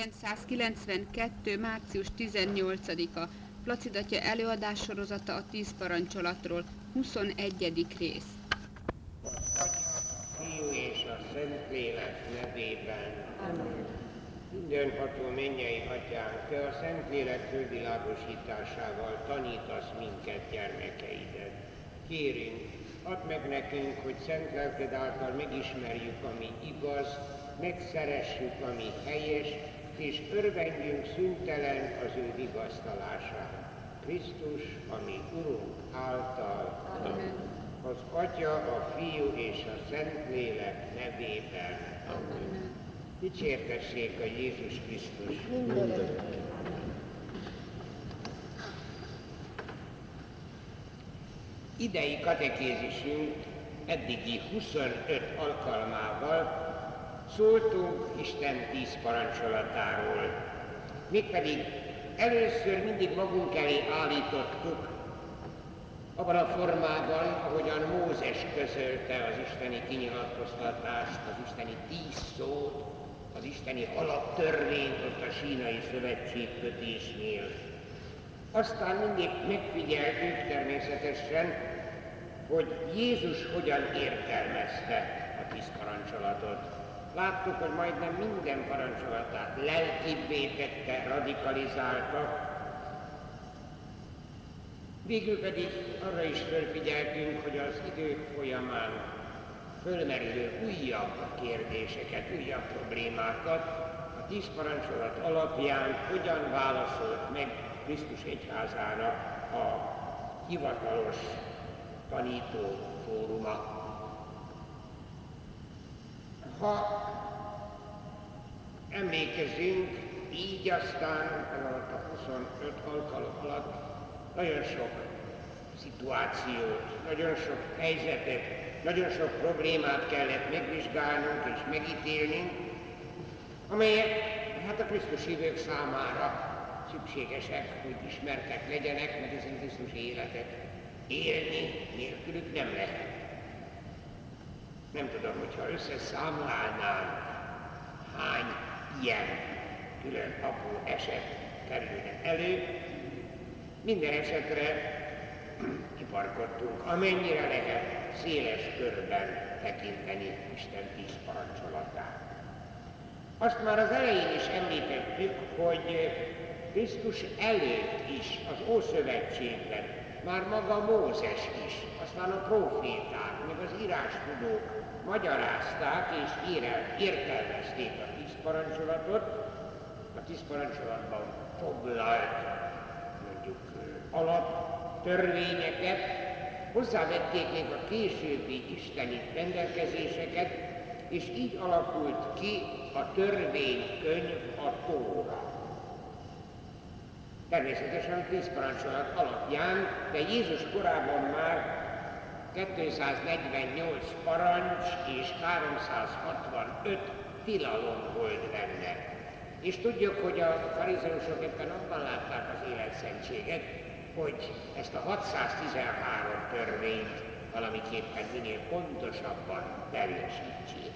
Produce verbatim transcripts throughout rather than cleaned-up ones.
ezerkilencszázkilencvenkettő. március tizennyolcadika. Placid atya előadássorozata a tíz parancsolatról, huszonegyedik rész. Fiú és a Szentlélek nevében. Amen. Mindenható mennyei Atyánk, Te a Szentlélek fölvilágosításával tanítasz minket, gyermekeidet. Kérünk, add meg nekünk, hogy szent lelked által megismerjük, ami igaz, megszeressük, ami helyes, és örvendjünk szüntelen az ő vigasztalásán. Krisztus, ami Urunk által. Amen. Az Atya, a Fiú és a Szentlélek nevében. Amen. Dicsértessék a Jézus Krisztus. Idei katekézisünk eddigi huszonöt alkalmával szóltunk Isten tíz parancsolatáról. Mégpedig először mindig magunk elé állítottuk abban a formában, ahogyan Mózes közölte az isteni kinyilatkoztatást, az isteni tíz szót, az isteni alaptörvényt ott a sínai szövetségkötésnél. Aztán mindig megfigyeltük természetesen, hogy Jézus hogyan értelmezte a tíz parancsolatot. Láttuk, hogy majdnem minden parancsolatát lelkibbé tette, radikalizálta. Végül pedig arra is felfigyeltünk, hogy az idők folyamán fölmerülő újabb kérdéseket, újabb problémákat a tíz parancsolat alapján hogyan válaszolt meg Krisztus egyházának a hivatalos tanító fóruma. Ha emlékezünk, így aztán alatt a huszonöt alkalom alatt nagyon sok szituációt, nagyon sok helyzetet, nagyon sok problémát kellett megvizsgálnunk és megítélnünk, amelyek hát a Krisztus hívők számára szükségesek, hogy ismertek legyenek, mert ezen Krisztus életet élni nélkülük nem lehet. Nem tudom, hogyha összeszámlálnánk, hány ilyen külön apró eset kerülne elő, minden esetre kiparkodtunk, amennyire lehet széles körben tekinteni Isten tíz parancsolatát. Azt már az elején is említettük, hogy Krisztus előtt is, az Ószövetségben, már maga Mózes is, aztán a próféták, meg az írástudók magyarázták és értelmezték a tíz parancsolatot, a tíz parancsolatban foglalt mondjuk alaptörvényeket, hozzávették még a későbbi isteni rendelkezéseket, és így alakult ki a törvénykönyv, a Tóra. Természetesen a tíz parancsolat alapján, de Jézus korában már kétszáznegyvennyolc parancs és háromszázhatvanöt tilalom volt benne. És tudjuk, hogy a farizeusok éppen abban látták az életszentséget, hogy ezt a hatszáztizenhárom törvényt valamiképpen minél pontosabban teljesítsék.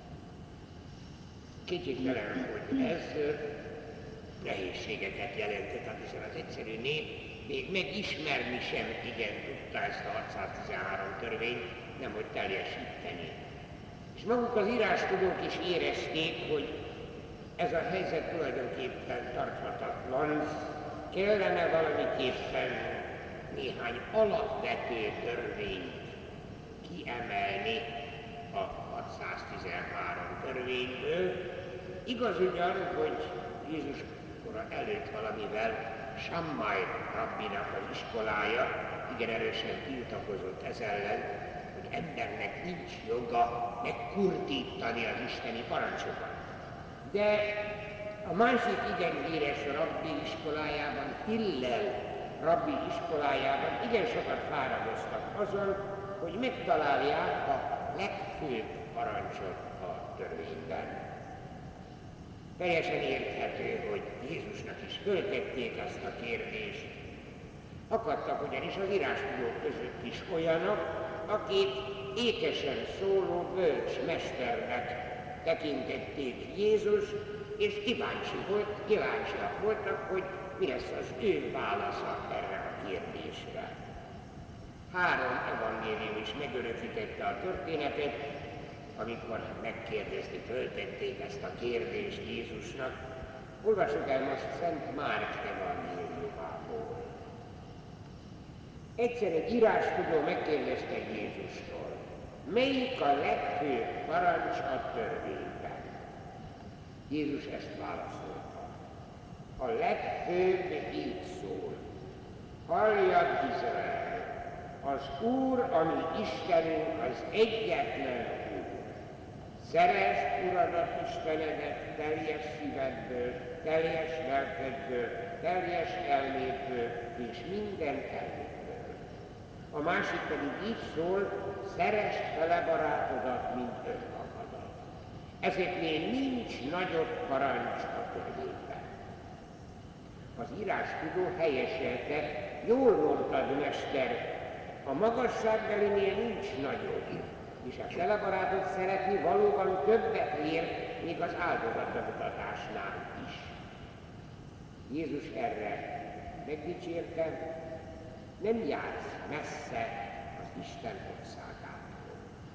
Kétségtelen, hogy ez nehézségeket jelentett, hát hiszen az egyszerű nép még megismerni sem igen tudta ezt a hatszáztizenhárom törvényt, nemhogy teljesíteni. És maguk az írástudók is érezték, hogy ez a helyzet tulajdonképpen tarthatatlan, kellene valamiképpen néhány alapvető törvényt kiemelni a hatszáztizenhárom törvényből. Igaz ugyan, hogy Jézus kora előtt valamivel Sammai rabbinak az iskolája igen erősen tiltakozott ez ellen, hogy embernek nincs joga megkurtítani az isteni parancsokat. De a másik igen híres rabbi iskolájában, Hillel rabbi iskolájában igen sokat fáradoztak azon, hogy megtalálják a legfőbb parancsot a törvényben. Teljesen érthető, hogy Jézusnak is föltették azt a kérdést. Akadtak ugyanis az írástudók között is olyanok, akik ékesen szóló bölcs mesternek tekintették Jézus, és kíváncsi volt, kíváncsiak voltak, hogy mi lesz az ő válasza erre a kérdésre. Három evangélium is megörökítette a történetet, amikor megkérdezni, föltették ezt a kérdést Jézusnak. Olvassuk el most Szent Márk evangéliumából. Egyszer egy írástudó megkérdezte Jézustól, melyik a legfőbb parancs a törvényben? Jézus ezt válaszolta. A legfőbb így szól. Halljad, Izrael! Az Úr, ami Istenünk, az egyetlen Úr. Szeresd Uradat, Istenedet teljes szívedből, teljes lelkedből, teljes elmédből és minden erődből. A másik pedig így szól, szeresd fele barátodat, mint önmagadat. Ezeknél nincs nagyobb parancs a törvényben. Az írástudó helyeselte, jól mondtad, mester, a magasságbelinél nincs nagyobb, és a fele barátot szeretni valóban többet ér, még az áldozatbemutatásnál is. Jézus erre megdicsérte, nem jársz messze az Isten országától.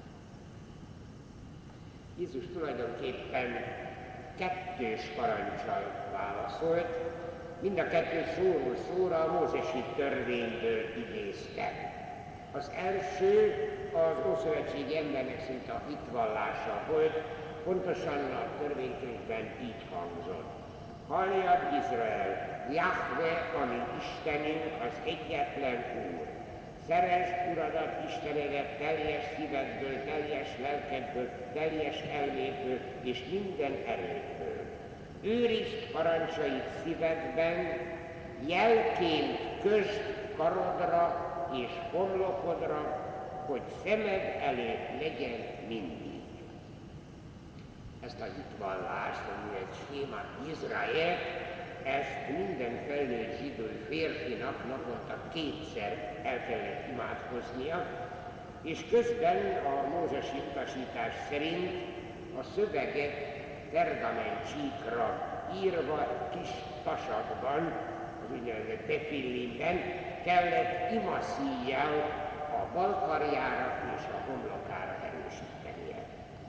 Jézus tulajdonképpen kettős parancsal válaszolt, mind a kettő szóról szóra a mózesi törvényből idézte. Az első az ószövetségi embernek szinte a hitvallása volt, pontosan a törvénykönyvben így hangzott. Halljad, Izrael! Jahve, ami Istenünk, az egyetlen Úr. Szeresd Uradat, Istenedet teljes szívedből, teljes lelkedből, teljes elmédből és minden erődből. Őrizd parancsait szívedben, jelként közd karodra és homlokodra, hogy szemed előtt legyen mindig. Ezt a hitvallást, ami egy sémát Izrael, ezt minden felnőtt zsidó férfinak naponta kétszer el kellett imádkoznia, és közben a mózesi utasítás szerint a szöveget pergamencsíkra írva kis tasakban, az úgynevezett tefillinben kellett imaszíjjal a bal karjára és a homlokára erősítenie.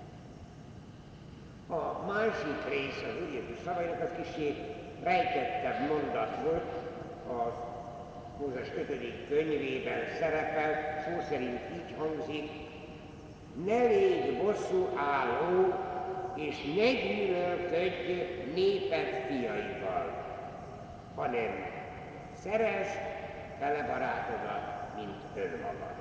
A másik rész az Úr Jézus szavainak az kicsit rejtettebb mondat volt, az Mózes ötödik könyvében szerepel, szó szerint így hangzik, ne légy bosszú álló, és ne gyűlölködj néped fiaival, hanem szeresd fele barátodat, mint önmagadat.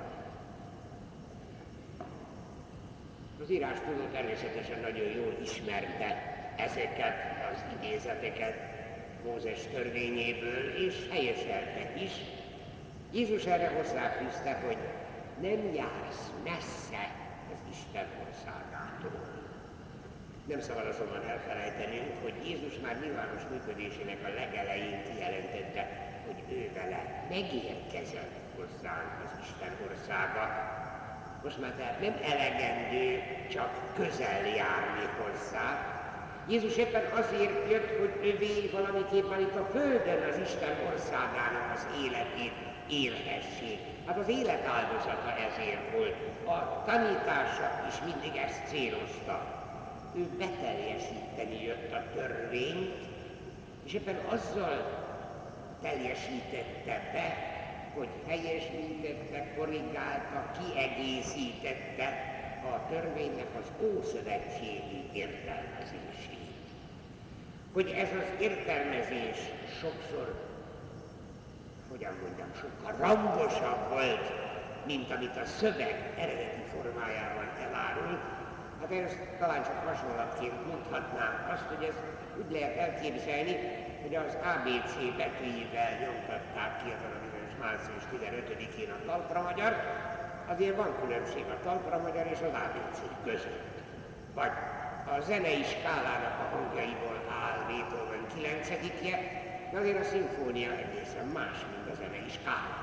Az írástudó természetesen nagyon jól ismerte ezeket az idézeteket Mózes törvényéből, és helyeselte is. Jézus erre hozzáfűzte, hogy nem jársz messze az Isten országától. Nem szabad azonban elfelejtenünk, hogy Jézus már nyilvános működésének a legelején kijelentette, hogy ő vele megérkezett hozzánk az Isten országa. Most már tehát nem elegendő csak közel járni hozzá. Jézus éppen azért jött, hogy övé valamiképpen itt a földön az Isten országának az életét élhessék. Hát az élet áldozata ezért volt. A tanítása is mindig ezt célozta. Ő beteljesíteni jött a törvényt, és éppen azzal teljesítette be, hogy helyesítette, korrigálta, kiegészítette a törvénynek az ószövetségi értelmezését. Hogy ez az értelmezés sokszor, hogyan mondjam, sokkal rangosabb volt, mint amit a szöveg eredeti formájában elárul. Hát ezt talán csak hasonlatként mondhatnám azt, hogy ezt úgy lehet elképzelni, hogy az á bé cé betűivel nyomtatták ki azon a bizonyos március tizenötödikén a talpramagyart, azért van különbség a talpramagyar és az á bé cé között. Vagy a zenei skálának a hangjaiból áll Beethoven kilencedikje, de azért a szimfónia egészen más, mint a zenei skála.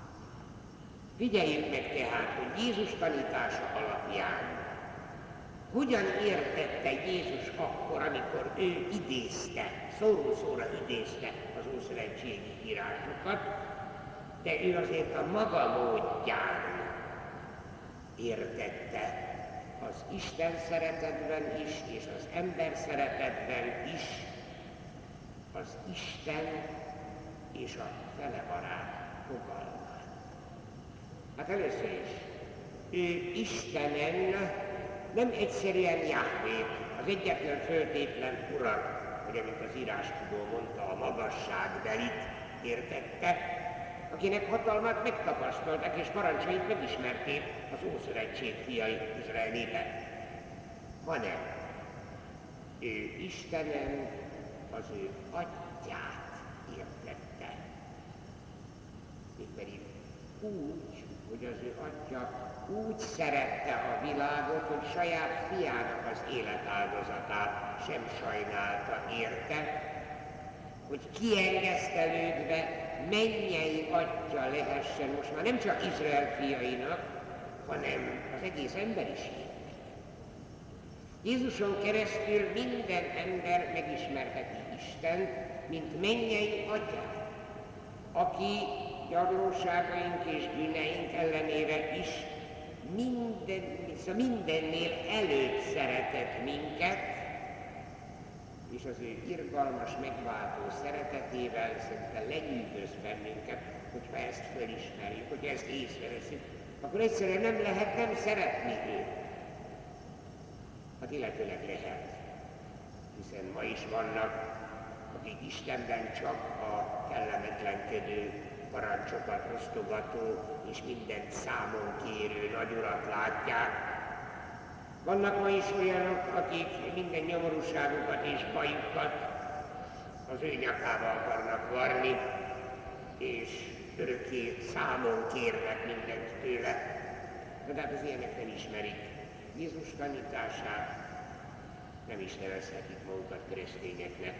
Figyeljük meg tehát, hogy Jézus tanítása alapján hogyan értette Jézus akkor, amikor ő idézte, szóról-szóra idézte az ószövetségi írásokat, de ő azért a maga módján értette az Isten szeretetben is, és az ember szeretetben is az Isten és a felebarát fogalmát. Hát először is, ő Istenen nem egyszerűen Jahvét, az egyetlen föltétlen urat, hogy amint az írástudó mondta, a magasságbelit értette, akinek hatalmát megtapasztalták és parancsait megismerték az Ószövetség fiai Izrael népe, hanem ő Istenen az ő atyát értette. Mégpedig úgy, hogy az ő atya úgy szerette a világot, hogy saját fiának az életáldozatát sem sajnálta érte, hogy kiengesztelődve mennyei atya lehessen most már nem csak Izrael fiainak, hanem az egész emberiségnek. Jézuson keresztül minden ember megismerheti Istent, mint mennyei atyát, aki gyarlóságaink és bűneink ellenére is minden, mindennél előbb szeretett minket, és az ő irgalmas, megváltó szeretetével szinte lenyűgöz bennünket, hogyha ezt felismerjük, hogyha ezt észreveszünk, akkor egyszerűen nem lehet nem szeretni őt. Hát illetőleg lehet, hiszen ma is vannak, akik Istenben csak a kellemetlenkedő, parancsokat osztogató és mindent számon kérő nagyurat látják. Vannak ma is olyanok, akik minden nyomorúságukat és bajukat az ő nyakába akarnak varni, és örökké számon kérnek mindent tőle. De hát az ilyenek nem ismerik Jézus tanítását, nem is nevezhetik magukat keresztényeknek.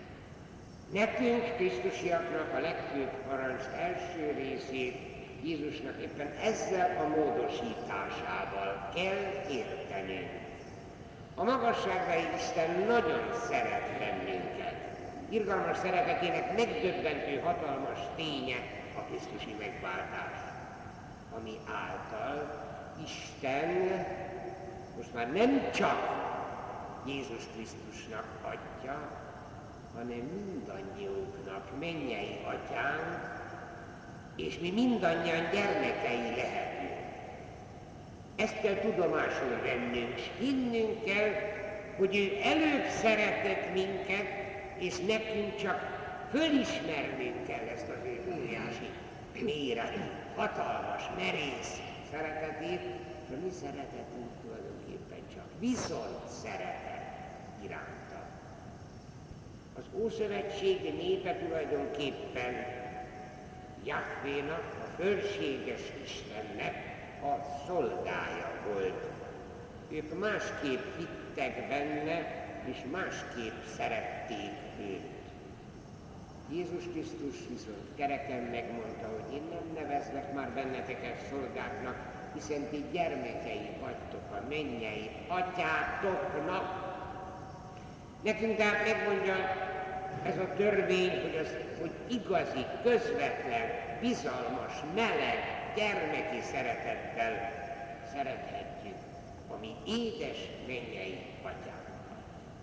Nekünk, krisztusiaknak a legfőbb parancs első részét Jézusnak éppen ezzel a módosításával kell értenünk. A magasságbeli Isten nagyon szeret bennünket. Irgalmas szeretetének megdöbbentő hatalmas ténye a krisztusi megváltás, ami által Isten most már nem csak Jézus Krisztusnak adja, hanem mindannyiunknak mennyei atyánk, és mi mindannyian gyermekei lehetünk. Ezt kell tudomásul vennünk, és hinnünk kell, hogy ő előbb szeretett minket, és nekünk csak fölismernünk kell ezt az ő óriási, méretű, hatalmas, merész szeretetét, és a mi szeretetünk tulajdonképpen csak viszont szeretet iránta. Az Ószövetség népe tulajdonképpen Jahvénak, a fölséges Istennek a szolgája volt. Ők másképp hittek benne, és másképp szerették őt. Jézus Krisztus viszont kereken megmondta, hogy én nem nevezlek már benneteket szolgáknak, hiszen ti gyermekei vagytok a mennyei atyátoknak. Nekünk tehát megmondja ez a törvény, hogy, az, hogy igazi, közvetlen, bizalmas, meleg, gyermeki szeretettel szerethetjük a mi édes mennyei atyánkat.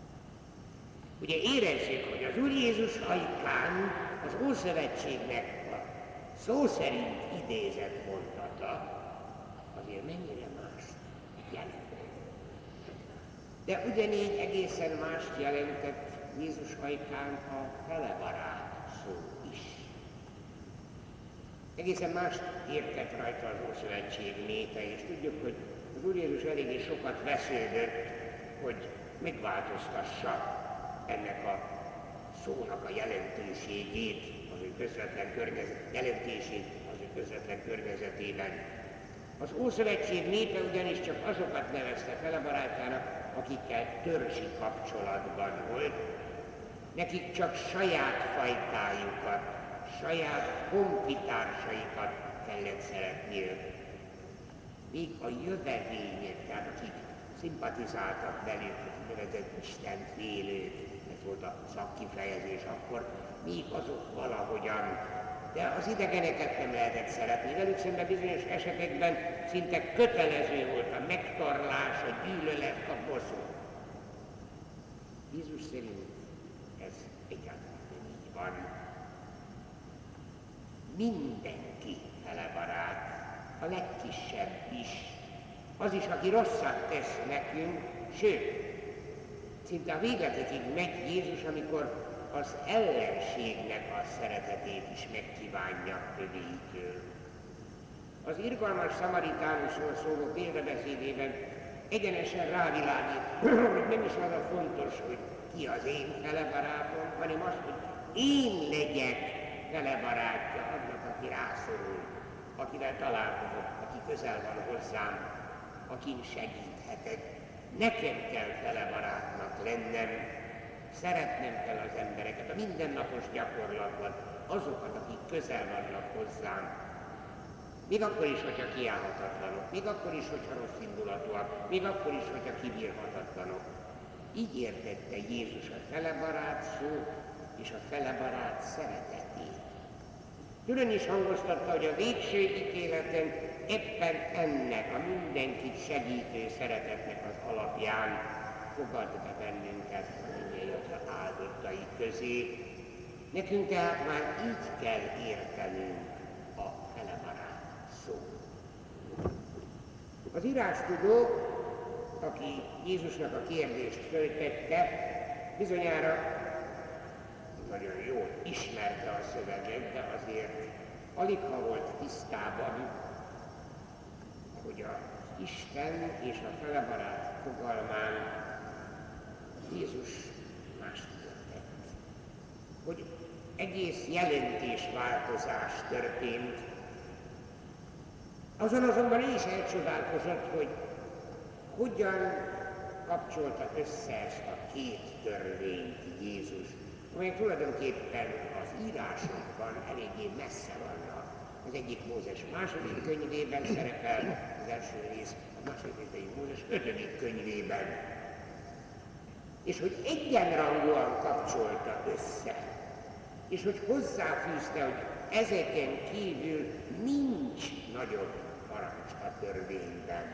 Ugye érezzük, hogy az Úr Jézus hajkán az Ószövetségnek a szó szerint idézett mondata azért mennyire más jelent. De ugyanígy egészen mást jelentett Jézus hajkán a felebarát szó is. Egészen mást értett rajta az Ószövetség népe, és tudjuk, hogy az Úr Jézus eléggé sokat vesződött, hogy megváltoztassa ennek a szónak a jelentőségét, az ő közvetlen környezet, jelentését az ő közvetlen környezetében. Az Ószövetség népe ugyanis csak azokat nevezte felebarátának, akikkel törzsi kapcsolatban volt, nekik csak saját fajtájukat, saját honfitársaikat kellett szeretniük. Míg a jövevények, tehát akik szimpatizáltak velük, nevezett Isten félők, ez volt a szakkifejezés akkor, míg azok valahogyan, de az idegeneket nem lehetett szeretni. Velük szemben bizonyos esetekben szinte kötelező volt a megtorlás, a gyűlölet, a bosszú. Jézus szerint ez egyáltalán nem így van. Mindenki vele barát, a legkisebb is. Az is, aki rosszat tesz nekünk, sőt, szinte a végletekig megy Jézus, amikor az ellenségnek a szeretetét is megkívánja övéitől. Az irgalmas szamaritánusról szóló példabeszédében egyenesen rávilágít, hogy nem is az a fontos, hogy ki az én fele barátom, hanem az, hogy én legyek fele barátja annak, aki rászorul, akivel találkozok, aki közel van hozzám, akin segíthetek. Nekem kell fele barátnak lennem, szeretnem kell az embereket, a mindennapos gyakorlatban, azokat, akik közel vannak hozzám. Még akkor is, hogyha kiállhatatlanok, még akkor is, hogyha rossz indulatúak, még akkor is, hogyha kibírhatatlanok. Így értette Jézus a felebarát szót és a felebarát szeretetét. Külön is hangoztatta, hogy a végső ítéleten éppen ennek a mindenkit segítő szeretetnek az alapján fogad be bennünket a mindnyájatra áldottai közé. Nekünk tehát már így kell értenünk a felebarát szót. Az írástudók, aki Jézusnak a kérdést föltette, bizonyára nagyon jól ismerte a szöveget, de azért aligha volt tisztában, hogy az Isten és a felebarát fogalmán Jézus mást tett. Hogy egész jelentésváltozás történt. Azon azonban ő is elcsodálkozott, hogy hogyan kapcsolta össze ezt a két törvényt Jézus, amelyek tulajdonképpen az írásokban eléggé messze vannak. Az egyik Mózes második könyvében szerepel, az első rész, a második rész Mózes ötödik könyvében. És hogy egyenrangúan kapcsolta össze, és hogy hozzáfűzte, hogy ezeken kívül nincs nagyobb parancs a törvényben.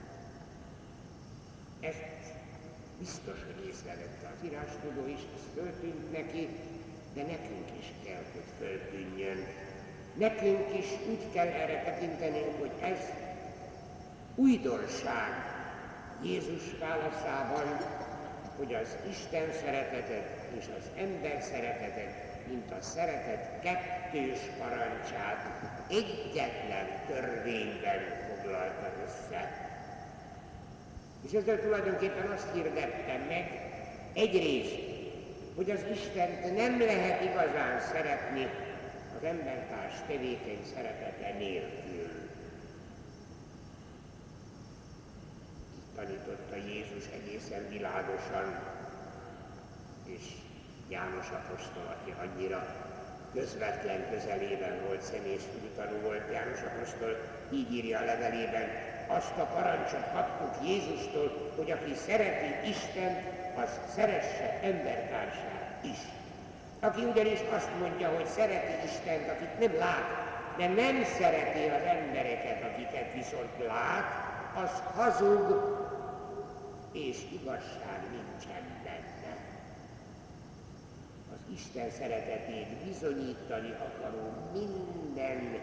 Ezt biztos, hogy észrevette az írástudó is, ez föltűnt neki, de nekünk is kell, hogy föltűnjön. Nekünk is úgy kell erre tekintenünk, hogy ez újdonság Jézus válaszában, hogy az Isten szeretetet és az ember szeretetet, mint a szeretet kettős parancsát egyetlen törvényben foglalta össze. És ezzel tulajdonképpen azt hirdettem meg, egyrészt, hogy az Istent nem lehet igazán szeretni az embertárs tevékeny szeretete nélkül. Itt tanította Jézus egészen világosan, és János apostol, aki annyira közvetlen közelében volt, személyszerű tanú volt, János apostol így írja a levelében, azt a parancsot kaptuk Jézustól, hogy aki szereti Istent, az szeresse embertársát is. Aki ugyanis azt mondja, hogy szereti Istent, akit nem lát, de nem szereti az embereket, akiket viszont lát, az hazug, és igazság nincsen benne. Az Isten szeretetét bizonyítani akaró minden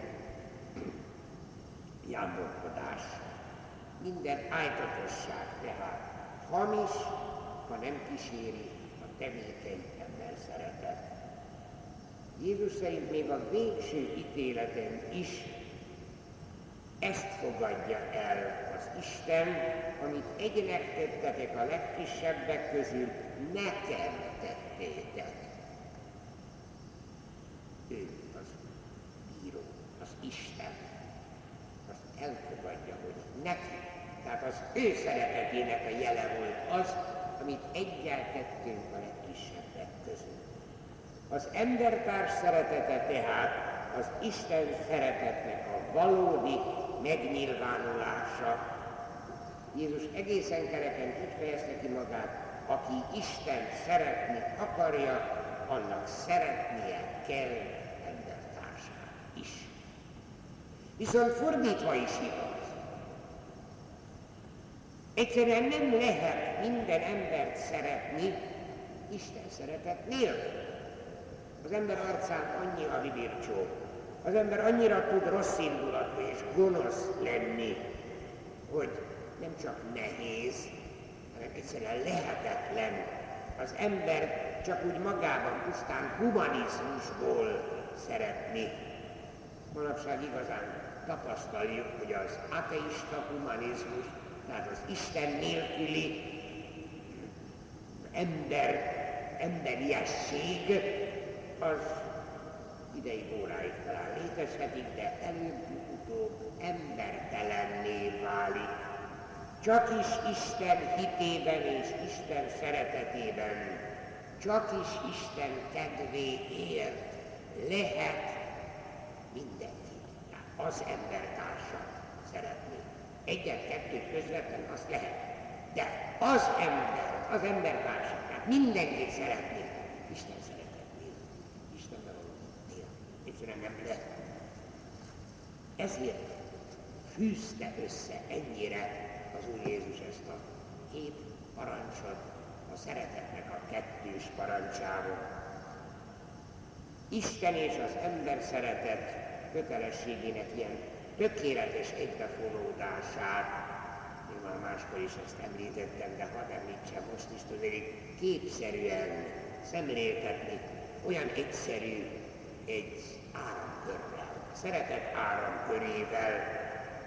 jámborkodás, minden ájtatosság, tehát hamis, ha nem kíséri a tevékeny ember szeretet. Jézus szerint még a végső ítéleten is ezt fogadja el az Isten, amit egynek tettetek a legkisebbek közül, nekem tettétek. Ő az bíró, az Isten. Azt elfogadja, hogy neki, tehát az ő szeretetének a jele volt az, amit egyel tettünk a legkisebbek közül. Az embertárs szeretete tehát az Isten szeretetnek a valódi megnyilvánulása, Jézus egészen kereken így fejezte ki magát, aki Istent szeretni akarja, annak szeretnie kell embertársát is. Viszont fordítva is igaz. Egyszerűen nem lehet minden embert szeretni Isten szeretet nélkül. Az ember arcán annyi a bibircsó, az ember annyira tud rossz indulatú és gonosz lenni, hogy nem csak nehéz, hanem egyszerűen lehetetlen az ember csak úgy magában pusztán humanizmusból szeretni. Manapság igazán tapasztaljuk, hogy az ateista humanizmus, tehát az Isten nélküli ember, emberiesség, az ideig óráig talán létezhetik, de előbb-utóbb embertelenné válik. Csak is Isten hitében és Isten szeretetében, csak is Isten kedvéért lehet mindenkit, az embertársat szeretni. Egyet-kettőt közvetlen azt lehet, de az ember, az embertársat, tehát mindenkit szeretni, Isten szeretetnél, Istenbe való hitnél, egyszerűen nem lehet. Ezért fűzte össze ennyire az Úr Jézus ezt a két parancsot, a szeretetnek a kettős parancsával. Isten és az ember szeretet kötelességének ilyen tökéletes egybefonódását, én már máskor is ezt említettem, de hadd említsem most is, tudnék képszerűen szemléltetni, olyan egyszerű egy áramkörrel, a szeretet áramkörével.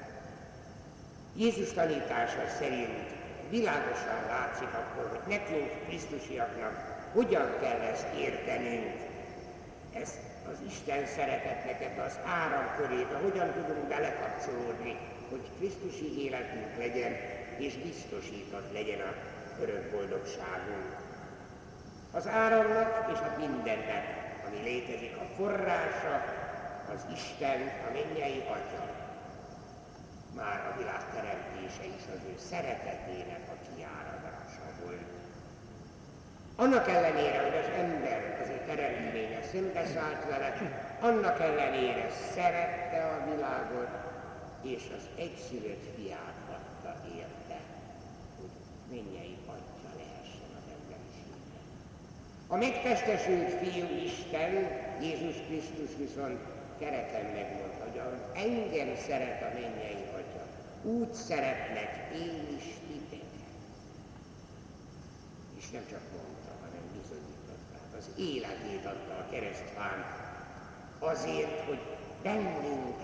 Jézus tanítása szerint világosan látszik akkor, hogy nekünk, Krisztusiaknak hogyan kell ezt értenünk, ezt az Isten szeretetnek az áramkörébe, hogyan tudunk belekapcsolódni, hogy Krisztusi életünk legyen, és biztosított legyen a örök boldogságunk. Az áramnak és a mindennek, ami létezik, a forrása, az Isten, a mennyei Atya. Már a világ teremtése is az ő szeretetének a kiáradása volt. Annak ellenére, hogy az ember, az ő teremtménye szembeszállt vele, annak ellenére szerette a világot, és az egyszülött fiát adta érte, hogy mennyei Atya lehessen az emberiségnek. A megtestesült fiú Isten, Jézus Krisztus viszont kereken megmondta, hogy ahogy engem szeret a mennyei Atya, úgy szeretlek én is titeket. És nem csak mondta, hanem bizonyította. Az életét adta a keresztfán azért, hogy bennünk